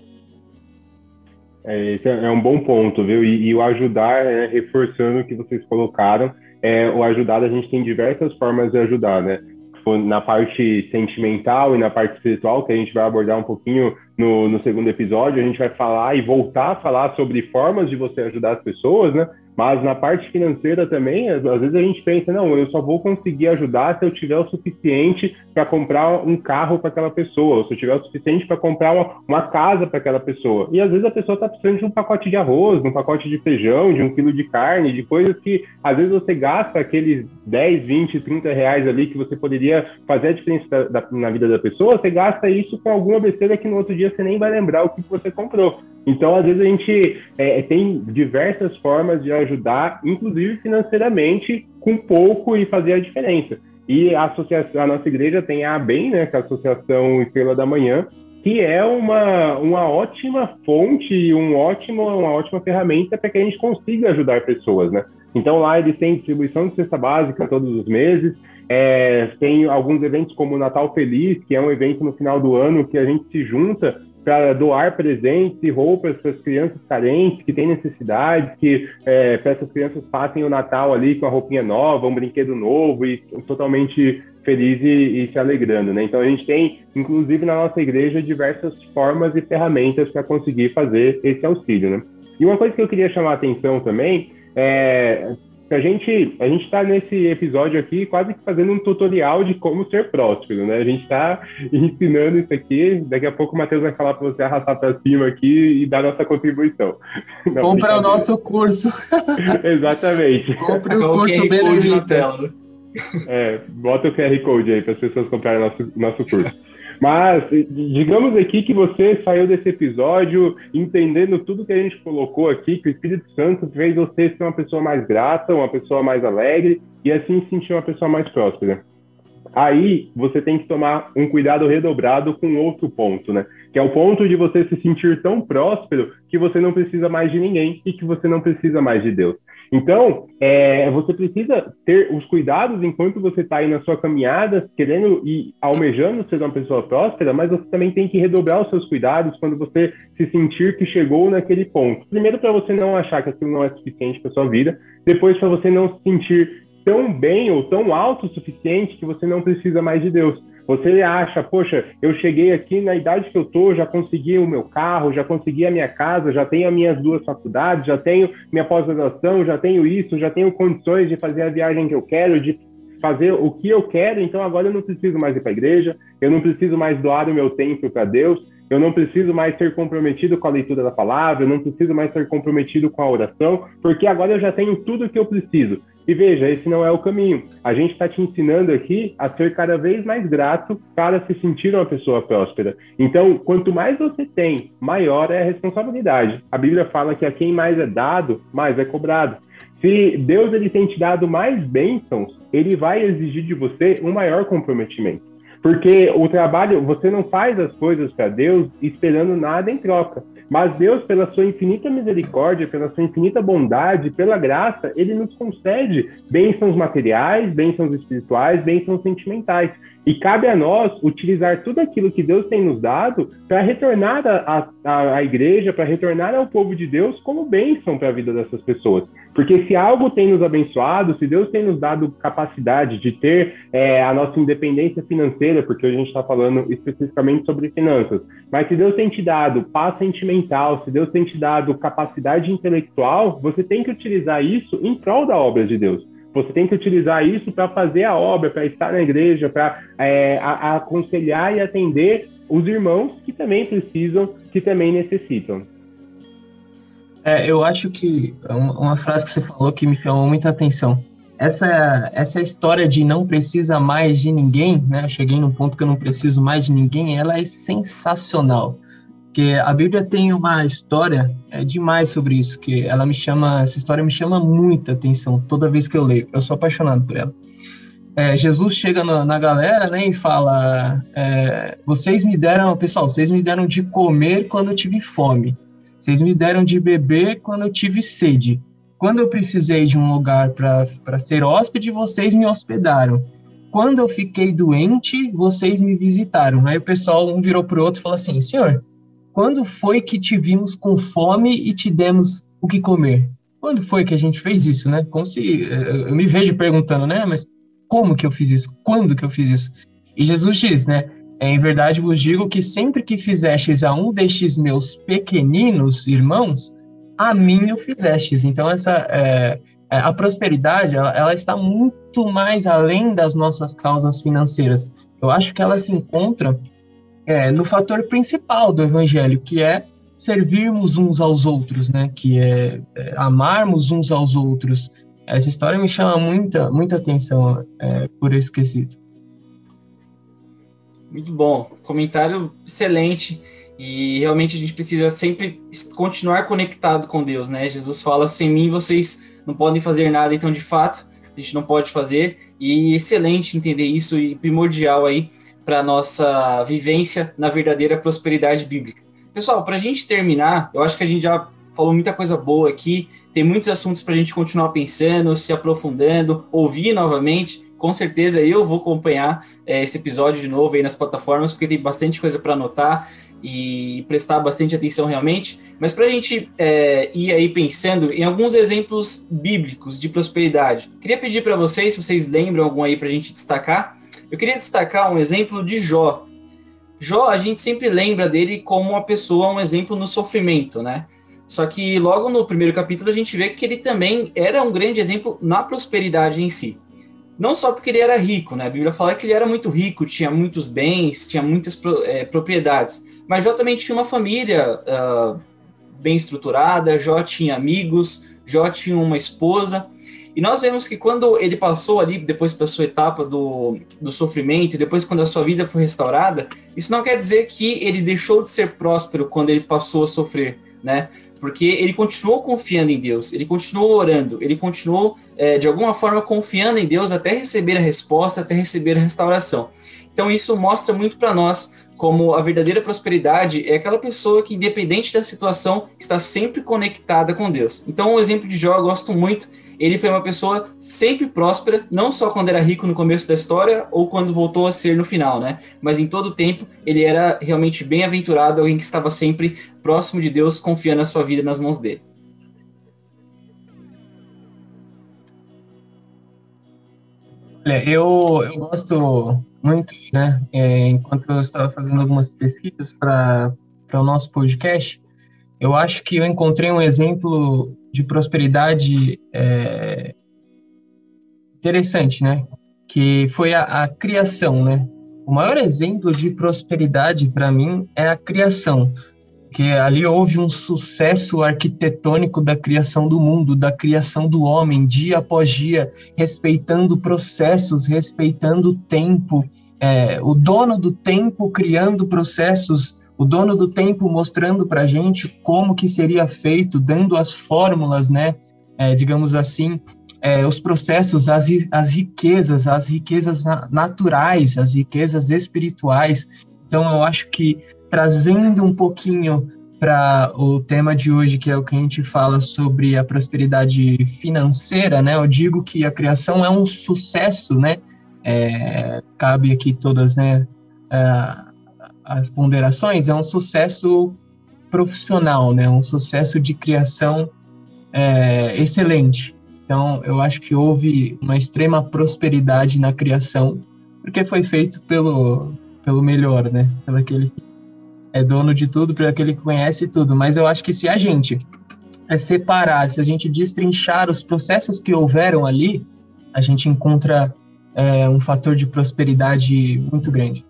Esse é um bom ponto, viu? E o ajudar, reforçando o que vocês colocaram, o ajudar, a gente tem diversas formas de ajudar, né? Na parte sentimental e na parte espiritual, que a gente vai abordar um pouquinho no segundo episódio, a gente vai falar e voltar a falar sobre formas de você ajudar as pessoas, né? Mas na parte financeira também, às vezes a gente pensa, não, eu só vou conseguir ajudar se eu tiver o suficiente para comprar um carro para aquela pessoa, ou se eu tiver o suficiente para comprar uma casa para aquela pessoa. E às vezes a pessoa está precisando de um pacote de arroz, de um pacote de feijão, de 1 quilo de carne, de coisas que às vezes você gasta aqueles 10, 20, 30 reais ali que você poderia fazer a diferença na vida da pessoa, você gasta isso com alguma besteira que no outro dia você nem vai lembrar o que você comprou. Então, às vezes, a gente tem diversas formas de ajudar, inclusive financeiramente, com pouco e fazer a diferença. E a nossa igreja tem a ABEM, né, que é a Associação Estrela da Manhã, que é uma ótima fonte, uma ótima ferramenta para que a gente consiga ajudar pessoas, né? Então, lá eles têm distribuição de cesta básica todos os meses, tem alguns eventos como o Natal Feliz, que é um evento no final do ano que a gente se junta para doar presentes e roupas para as crianças carentes que têm necessidades, que para essas crianças passem o Natal ali com a roupinha nova, um brinquedo novo e totalmente feliz e se alegrando, né? Então a gente tem, inclusive na nossa igreja, diversas formas e ferramentas para conseguir fazer esse auxílio, né? E uma coisa que eu queria chamar a atenção também a gente está nesse episódio aqui quase que fazendo um tutorial de como ser próspero, né? A gente está ensinando isso aqui. Daqui a pouco o Matheus vai falar para você arrastar para cima aqui e dar nossa contribuição. Compre o nosso curso. Exatamente. Compre o curso Benemitas. Bota o QR Code aí para as pessoas comprarem nosso curso. Mas, digamos aqui que você saiu desse episódio entendendo tudo que a gente colocou aqui, que o Espírito Santo fez você ser uma pessoa mais grata, uma pessoa mais alegre e assim se sentir uma pessoa mais próspera. Aí, você tem que tomar um cuidado redobrado com outro ponto, né? Que é o ponto de você se sentir tão próspero que você não precisa mais de ninguém e que você não precisa mais de Deus. Então, você precisa ter os cuidados enquanto você está aí na sua caminhada, querendo e almejando ser uma pessoa próspera, mas você também tem que redobrar os seus cuidados quando você se sentir que chegou naquele ponto. Primeiro, para você não achar que aquilo não é suficiente para sua vida. Depois, para você não se sentir tão bem ou tão autossuficiente que você não precisa mais de Deus. Você acha, poxa, eu cheguei aqui na idade que eu tô, já consegui o meu carro, já consegui a minha casa, já tenho as minhas 2 faculdades, já tenho minha pós-graduação, já tenho isso, já tenho condições de fazer a viagem que eu quero, de fazer o que eu quero, então agora eu não preciso mais ir para a igreja, eu não preciso mais doar o meu tempo para Deus, eu não preciso mais ser comprometido com a leitura da palavra, eu não preciso mais ser comprometido com a oração, porque agora eu já tenho tudo o que eu preciso. E veja, esse não é o caminho. A gente está te ensinando aqui a ser cada vez mais grato para se sentir uma pessoa próspera. Então, quanto mais você tem, maior é a responsabilidade. A Bíblia fala que a quem mais é dado, mais é cobrado. Se Deus ele tem te dado mais bênçãos, ele vai exigir de você um maior comprometimento. Porque o trabalho, você não faz as coisas para Deus esperando nada em troca. Mas Deus, pela sua infinita misericórdia, pela sua infinita bondade, pela graça, ele nos concede bênçãos materiais, bênçãos espirituais, bênçãos sentimentais. E cabe a nós utilizar tudo aquilo que Deus tem nos dado para retornar à igreja, para retornar ao povo de Deus como bênção para a vida dessas pessoas. Porque se algo tem nos abençoado, se Deus tem nos dado capacidade de ter a nossa independência financeira, porque hoje a gente está falando especificamente sobre finanças, mas se Deus tem te dado paz sentimental, se Deus tem te dado capacidade intelectual, você tem que utilizar isso em prol da obra de Deus. Você tem que utilizar isso para fazer a obra, para estar na igreja, para aconselhar e atender os irmãos que também precisam, que também necessitam. Eu acho que uma frase que você falou que me chamou muita atenção. Essa história de não precisa mais de ninguém, né? Eu cheguei num ponto que eu não preciso mais de ninguém, ela é sensacional. Porque a Bíblia tem uma história demais sobre isso, que essa história me chama muita atenção toda vez que eu leio. Eu sou apaixonado por ela. Jesus chega na galera, né, e fala: vocês me deram de comer quando eu tive fome. Vocês me deram de beber quando eu tive sede. Quando eu precisei de um lugar para ser hóspede, vocês me hospedaram. Quando eu fiquei doente, vocês me visitaram. Aí o pessoal, um virou para o outro e falou assim: Senhor, quando foi que te vimos com fome e te demos o que comer? Quando foi que a gente fez isso, né? Como se... Eu me vejo perguntando, né? Mas como que eu fiz isso? Quando que eu fiz isso? E Jesus diz, né? Em verdade vos digo que sempre que fizestes a um destes meus pequeninos irmãos, a mim o fizestes. Então, a prosperidade, ela está muito mais além das nossas causas financeiras. Eu acho que ela se encontra no fator principal do evangelho, que é servirmos uns aos outros, né? Que é amarmos uns aos outros. Essa história me chama muita atenção por esse quesito. Muito bom, comentário excelente, e realmente a gente precisa sempre continuar conectado com Deus, né? Jesus fala: sem mim vocês não podem fazer nada, então de fato a gente não pode fazer, e excelente entender isso, e primordial aí para a nossa vivência na verdadeira prosperidade bíblica. Pessoal, para a gente terminar, eu acho que a gente já falou muita coisa boa aqui, tem muitos assuntos para a gente continuar pensando, se aprofundando, ouvir novamente. Com certeza eu vou acompanhar esse episódio de novo aí nas plataformas, porque tem bastante coisa para anotar e prestar bastante atenção realmente. Mas para a gente ir aí pensando em alguns exemplos bíblicos de prosperidade, queria pedir para vocês, se vocês lembram algum aí para a gente destacar. Eu queria destacar um exemplo de Jó. Jó, a gente sempre lembra dele como uma pessoa, um exemplo no sofrimento, né? Só que logo no primeiro capítulo a gente vê que ele também era um grande exemplo na prosperidade em si. Não só porque ele era rico, né? A Bíblia fala que ele era muito rico, tinha muitos bens, tinha muitas propriedades. Mas Jó também tinha uma família bem estruturada, Jó tinha amigos, Jó tinha uma esposa. E nós vemos que quando ele passou ali, depois para a sua etapa do sofrimento, e depois quando a sua vida foi restaurada, isso não quer dizer que ele deixou de ser próspero quando ele passou a sofrer, né? Porque ele continuou confiando em Deus, ele continuou orando, ele continuou, de alguma forma, confiando em Deus até receber a resposta, até receber a restauração. Então isso mostra muito para nós como a verdadeira prosperidade é aquela pessoa que, independente da situação, está sempre conectada com Deus. Então o exemplo de Jó eu gosto muito. Ele foi uma pessoa sempre próspera, não só quando era rico no começo da história ou quando voltou a ser no final, né? Mas em todo o tempo ele era realmente bem-aventurado, alguém que estava sempre próximo de Deus, confiando a sua vida nas mãos dele. Olha, eu gosto muito, né? Enquanto eu estava fazendo algumas pesquisas para o nosso podcast, eu acho que eu encontrei um exemplo de prosperidade interessante, né? Que foi a criação, né? O maior exemplo de prosperidade para mim é a criação, que ali houve um sucesso arquitetônico da criação do mundo, da criação do homem, dia após dia, respeitando processos, respeitando o tempo, o dono do tempo criando processos, o dono do tempo mostrando para a gente como que seria feito, dando as fórmulas, né? digamos assim, os processos, as riquezas naturais, as riquezas espirituais. Então, eu acho que trazendo um pouquinho para o tema de hoje, que é o que a gente fala sobre a prosperidade financeira, né? Eu digo que a criação é um sucesso, né? Cabe aqui todas, né, as ponderações, é um sucesso profissional, né? Um sucesso de criação excelente. Então, eu acho que houve uma extrema prosperidade na criação, porque foi feito pelo melhor, né? Pelo aquele que é dono de tudo, pelo aquele que conhece tudo. Mas eu acho que se a gente separar, se a gente destrinchar os processos que houveram ali, a gente encontra um fator de prosperidade muito grande.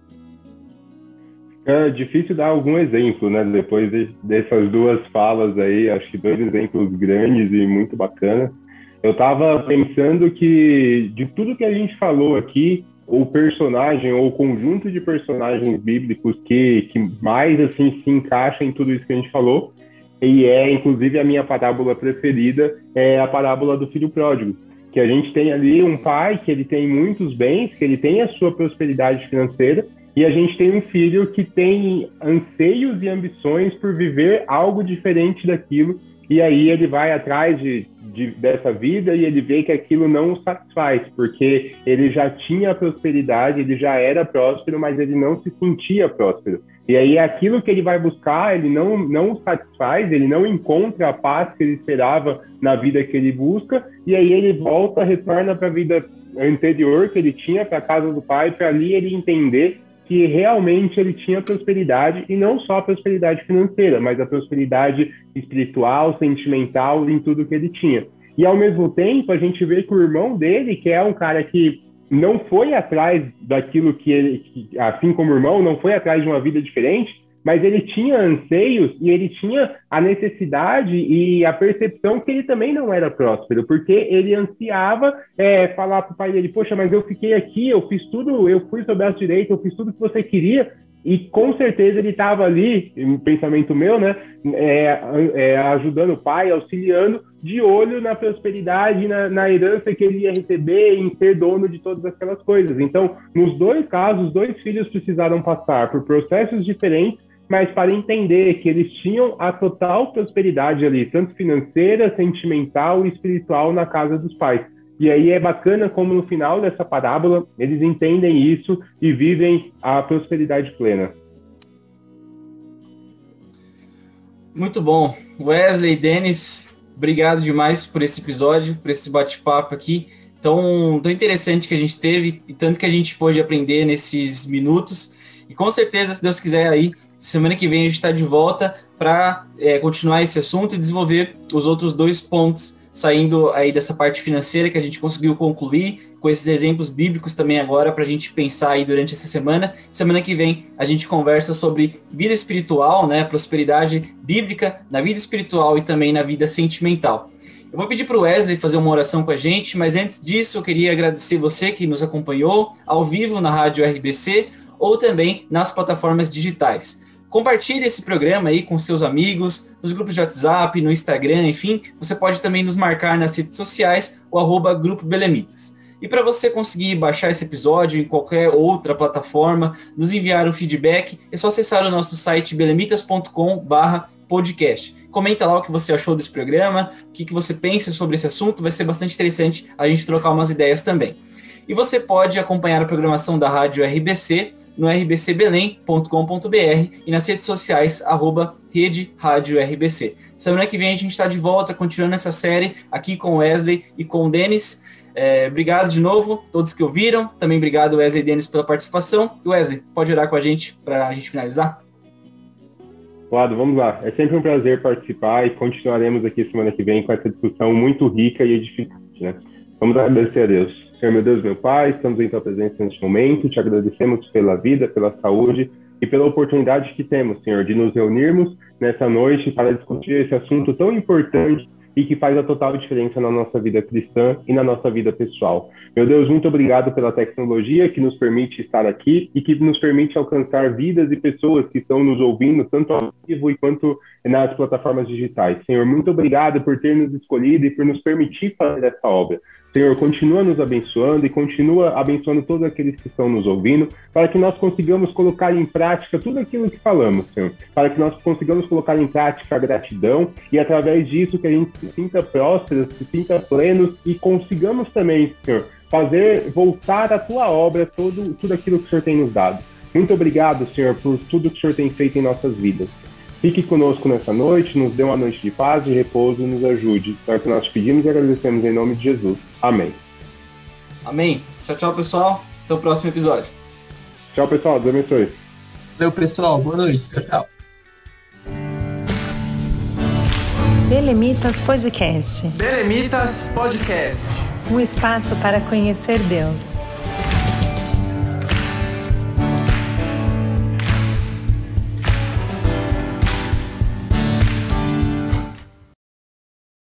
É difícil dar algum exemplo, né? Depois dessas duas falas aí, acho que 2 exemplos grandes e muito bacanas. Eu estava pensando que, de tudo que a gente falou aqui, o personagem ou o conjunto de personagens bíblicos que mais assim se encaixa em tudo isso que a gente falou, e inclusive a minha parábola preferida, é a parábola do filho pródigo, que a gente tem ali um pai que ele tem muitos bens, que ele tem a sua prosperidade financeira, e a gente tem um filho que tem anseios e ambições por viver algo diferente daquilo, e aí ele vai atrás dessa vida e ele vê que aquilo não o satisfaz, porque ele já tinha prosperidade, ele já era próspero, mas ele não se sentia próspero. E aí aquilo que ele vai buscar, ele não o satisfaz, ele não encontra a paz que ele esperava na vida que ele busca, e aí ele volta, retorna para a vida anterior que ele tinha, para a casa do pai, para ali ele entender que realmente ele tinha prosperidade, e não só a prosperidade financeira, mas a prosperidade espiritual, sentimental, em tudo que ele tinha. E ao mesmo tempo, a gente vê que o irmão dele, que é um cara que não foi atrás daquilo assim como o irmão, não foi atrás de uma vida diferente, mas ele tinha anseios e ele tinha a necessidade e a percepção que ele também não era próspero, porque ele ansiava falar para o pai dele, poxa, mas eu fiquei aqui, eu fiz tudo, eu fui seu braço direito, eu fiz tudo que você queria, e com certeza ele estava ali, um pensamento meu, né, ajudando o pai, auxiliando, de olho na prosperidade, na herança que ele ia receber, em ser dono de todas aquelas coisas. Então, nos 2 casos, os 2 filhos precisaram passar por processos diferentes, mas para entender que eles tinham a total prosperidade ali, tanto financeira, sentimental e espiritual na casa dos pais. E aí é bacana como no final dessa parábola eles entendem isso e vivem a prosperidade plena. Muito bom. Wesley, Denis, obrigado demais por esse episódio, por esse bate-papo aqui tão interessante que a gente teve e tanto que a gente pôde aprender nesses minutos. E com certeza, se Deus quiser aí, semana que vem a gente está de volta para continuar esse assunto e desenvolver os outros 2 pontos, saindo aí dessa parte financeira que a gente conseguiu concluir, com esses exemplos bíblicos também agora para a gente pensar aí durante essa semana. Semana que vem a gente conversa sobre vida espiritual, né, prosperidade bíblica na vida espiritual e também na vida sentimental. Eu vou pedir para o Wesley fazer uma oração com a gente, mas antes disso eu queria agradecer você que nos acompanhou ao vivo na Rádio RBC ou também nas plataformas digitais. Compartilhe esse programa aí com seus amigos, nos grupos de WhatsApp, no Instagram, enfim. Você pode também nos marcar nas redes sociais, o @Grupo Belemitas. E para você conseguir baixar esse episódio em qualquer outra plataforma, nos enviar um feedback, é só acessar o nosso site belemitas.com/podcast. Comenta lá o que você achou desse programa, o que você pensa sobre esse assunto, vai ser bastante interessante a gente trocar umas ideias também. E você pode acompanhar a programação da Rádio RBC no rbcbelém.com.br e nas redes sociais, @Rede Rádio RBC. Semana que vem a gente está de volta, continuando essa série aqui com o Wesley e com o Denis. Obrigado de novo, todos que ouviram. Também obrigado, Wesley e Denis, pela participação. E Wesley, pode orar com a gente para a gente finalizar? Claro, vamos lá. É sempre um prazer participar e continuaremos aqui semana que vem com essa discussão muito rica e edificante, né? Vamos agradecer a Deus. Senhor, meu Deus, meu Pai, estamos em Tua presença neste momento, te agradecemos pela vida, pela saúde e pela oportunidade que temos, Senhor, de nos reunirmos nessa noite para discutir esse assunto tão importante e que faz a total diferença na nossa vida cristã e na nossa vida pessoal. Meu Deus, muito obrigado pela tecnologia que nos permite estar aqui e que nos permite alcançar vidas e pessoas que estão nos ouvindo, tanto ao vivo quanto nas plataformas digitais. Senhor, muito obrigado por ter nos escolhido e por nos permitir fazer essa obra. Senhor, continua nos abençoando e continua abençoando todos aqueles que estão nos ouvindo, para que nós consigamos colocar em prática tudo aquilo que falamos, Senhor. Para que nós consigamos colocar em prática a gratidão e, através disso, que a gente se sinta prósperos, se sinta plenos e consigamos também, Senhor, fazer voltar a Tua obra, tudo aquilo que o Senhor tem nos dado. Muito obrigado, Senhor, por tudo que o Senhor tem feito em nossas vidas. Fique conosco nessa noite, nos dê uma noite de paz e repouso e nos ajude. É o que nós pedimos e agradecemos em nome de Jesus. Amém. Amém. Tchau, tchau, pessoal. Até o próximo episódio. Tchau, pessoal. Deus abençoe. Valeu, pessoal. Boa noite. Tchau, tchau. Belemitas Podcast. Belemitas Podcast. Um espaço para conhecer Deus.